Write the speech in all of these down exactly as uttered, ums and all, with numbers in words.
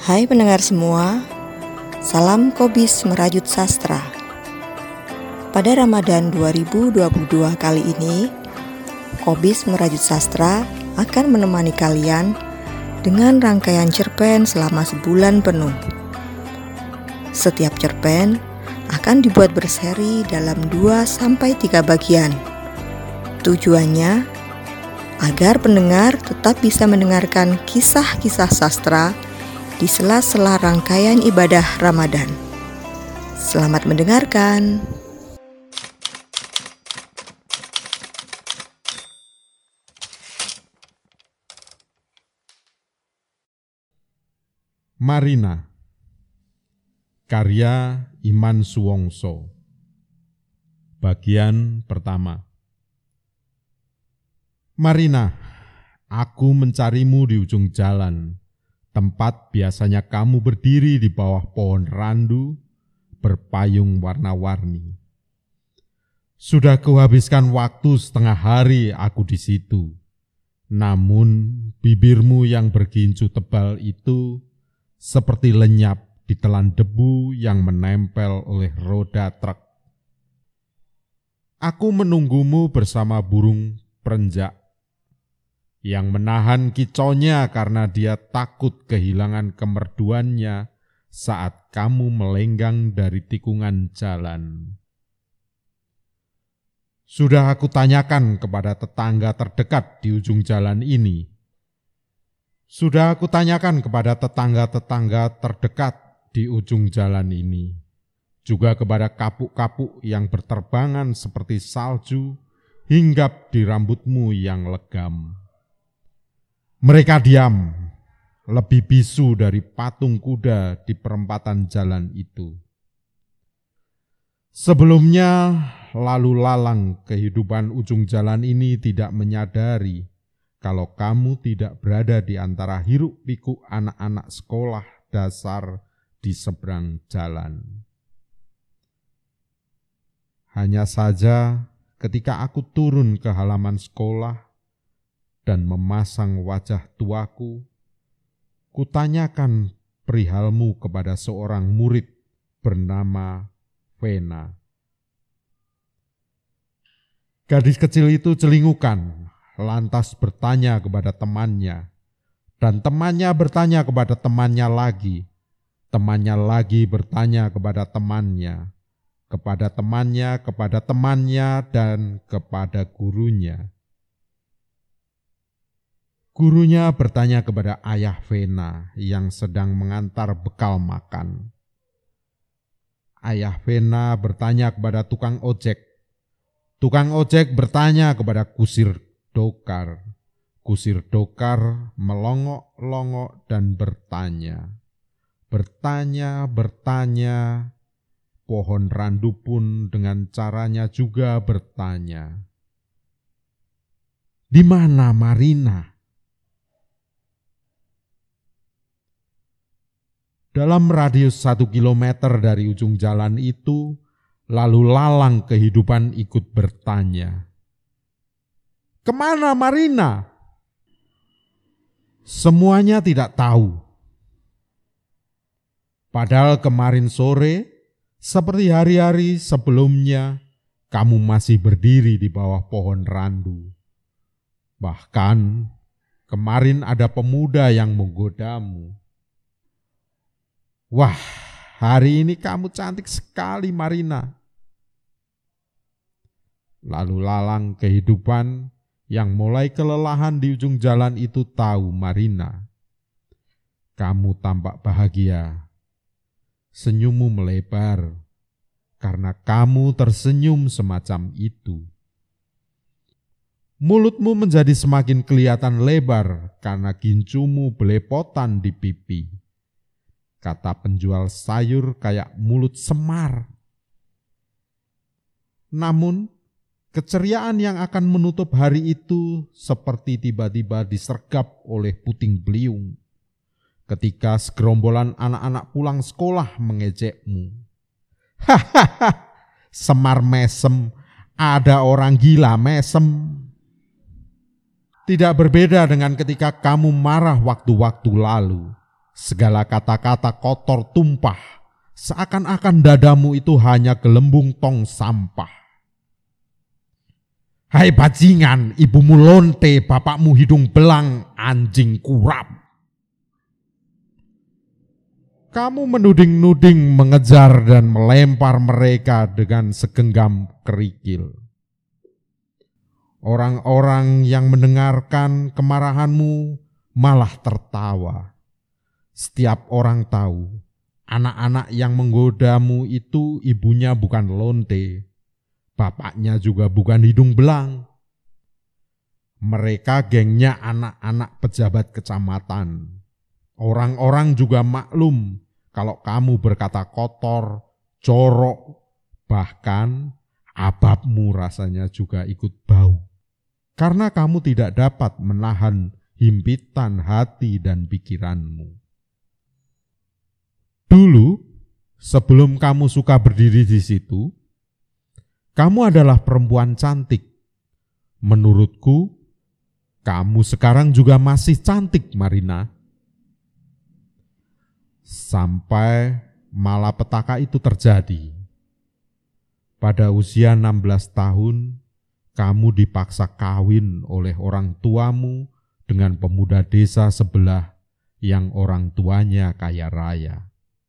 Hai pendengar semua, salam Qobis Merajut Sastra. Pada Ramadan dua ribu dua puluh dua kali ini, Qobis Merajut Sastra akan menemani kalian dengan rangkaian cerpen selama sebulan penuh. Setiap cerpen akan dibuat berseri dalam dua sampai tiga bagian. Tujuannya agar pendengar tetap bisa mendengarkan kisah-kisah sastra di sela-sela rangkaian ibadah Ramadan. Selamat mendengarkan. Marina, karya Iman Suwongso. Bagian pertama. Marina, aku mencarimu di ujung jalan, tempat biasanya kamu berdiri di bawah pohon randu berpayung warna-warni. Sudah kuhabiskan waktu setengah hari aku di situ, namun bibirmu yang bergincu tebal itu seperti lenyap ditelan debu yang menempel oleh roda truk. Aku menunggumu bersama burung perenjak yang menahan kicaunya karena dia takut kehilangan kemerduannya saat kamu melenggang dari tikungan jalan. Sudah aku tanyakan kepada tetangga terdekat di ujung jalan ini. Sudah aku tanyakan kepada tetangga-tetangga terdekat di ujung jalan ini. Juga kepada kapuk-kapuk yang berterbangan seperti salju hinggap di rambutmu yang legam. Mereka diam, lebih bisu dari patung kuda di perempatan jalan itu. Sebelumnya, lalu lalang kehidupan ujung jalan ini tidak menyadari kalau kamu tidak berada di antara hiruk-pikuk anak-anak sekolah dasar di seberang jalan. Hanya saja ketika aku turun ke halaman sekolah dan memasang wajah tuaku, kutanyakan perihalmu kepada seorang murid bernama Vena. Gadis kecil itu celingukan, lantas bertanya kepada temannya, dan temannya bertanya kepada temannya lagi, temannya lagi bertanya kepada temannya, kepada temannya, kepada temannya, dan kepada gurunya. Gurunya bertanya kepada ayah Vena yang sedang mengantar bekal makan. Ayah Vena bertanya kepada tukang ojek. Tukang ojek bertanya kepada kusir dokar. Kusir dokar melongok-longok dan bertanya. Bertanya, bertanya. Pohon randu pun dengan caranya juga bertanya. Di mana Marina? Dalam radius satu kilometer dari ujung jalan itu, lalu lalang kehidupan ikut bertanya. Kemana Marina? Semuanya tidak tahu. Padahal kemarin sore, seperti hari-hari sebelumnya, kamu masih berdiri di bawah pohon randu. Bahkan, kemarin ada pemuda yang menggodamu. Wah, hari ini kamu cantik sekali Marina. Lalu lalang kehidupan yang mulai kelelahan di ujung jalan itu tahu Marina. Kamu tampak bahagia. Senyummu melebar karena kamu tersenyum semacam itu. Mulutmu menjadi semakin kelihatan lebar karena gincumu belepotan di pipi. Kata penjual sayur kayak mulut semar. Namun, keceriaan yang akan menutup hari itu seperti tiba-tiba disergap oleh puting beliung. Ketika segerombolan anak-anak pulang sekolah mengejekmu. Hahaha, semar mesem, ada orang gila mesem. Tidak berbeda dengan ketika kamu marah waktu-waktu lalu. segala kata-kata kotor tumpah, seakan-akan dadamu itu hanya gelembung tong sampah. Hai bajingan, ibumu lonte, bapakmu hidung belang, anjing kurap. Kamu menuding-nuding, mengejar dan melempar mereka dengan segenggam kerikil. Orang-orang yang mendengarkan kemarahanmu malah tertawa. Setiap orang tahu, anak-anak yang menggodamu itu ibunya bukan lonte, bapaknya juga bukan hidung belang. Mereka gengnya anak-anak pejabat kecamatan. Orang-orang juga maklum kalau kamu berkata kotor, jorok, bahkan ababmu rasanya juga ikut bau. Karena kamu tidak dapat menahan himpitan hati dan pikiranmu. Dulu, sebelum kamu suka berdiri di situ, kamu adalah perempuan cantik. Menurutku, kamu sekarang juga masih cantik, Marina. Sampai malapetaka itu terjadi. Pada usia enam belas tahun, kamu dipaksa kawin oleh orang tuamu dengan pemuda desa sebelah yang orang tuanya kaya raya.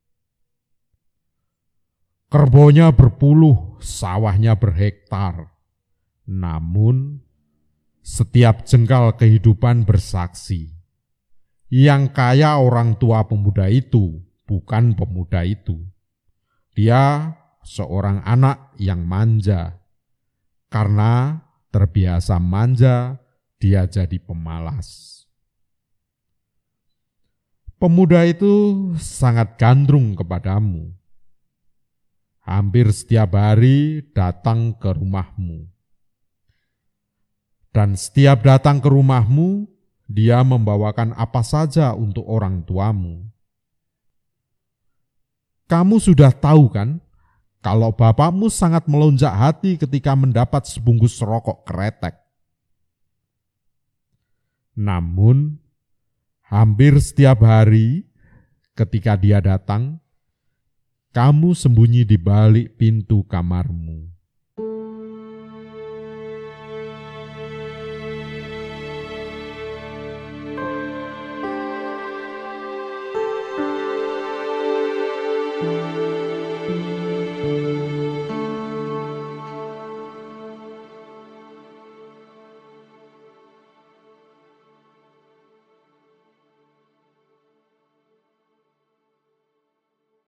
Kerbonya berpuluh, sawahnya berhektar. Namun, setiap jengkal kehidupan bersaksi. Yang kaya orang tua pemuda itu, bukan pemuda itu. Dia seorang anak yang manja. Karena terbiasa manja, dia jadi pemalas. Pemuda itu sangat gandrung kepadamu. Hampir setiap hari datang ke rumahmu. Dan setiap datang ke rumahmu, dia membawakan apa saja untuk orang tuamu. Kamu sudah tahu kan, kalau bapakmu sangat melonjak hati ketika mendapat sebungkus rokok kretek. Namun, hampir setiap hari ketika dia datang, kamu sembunyi di balik pintu kamarmu.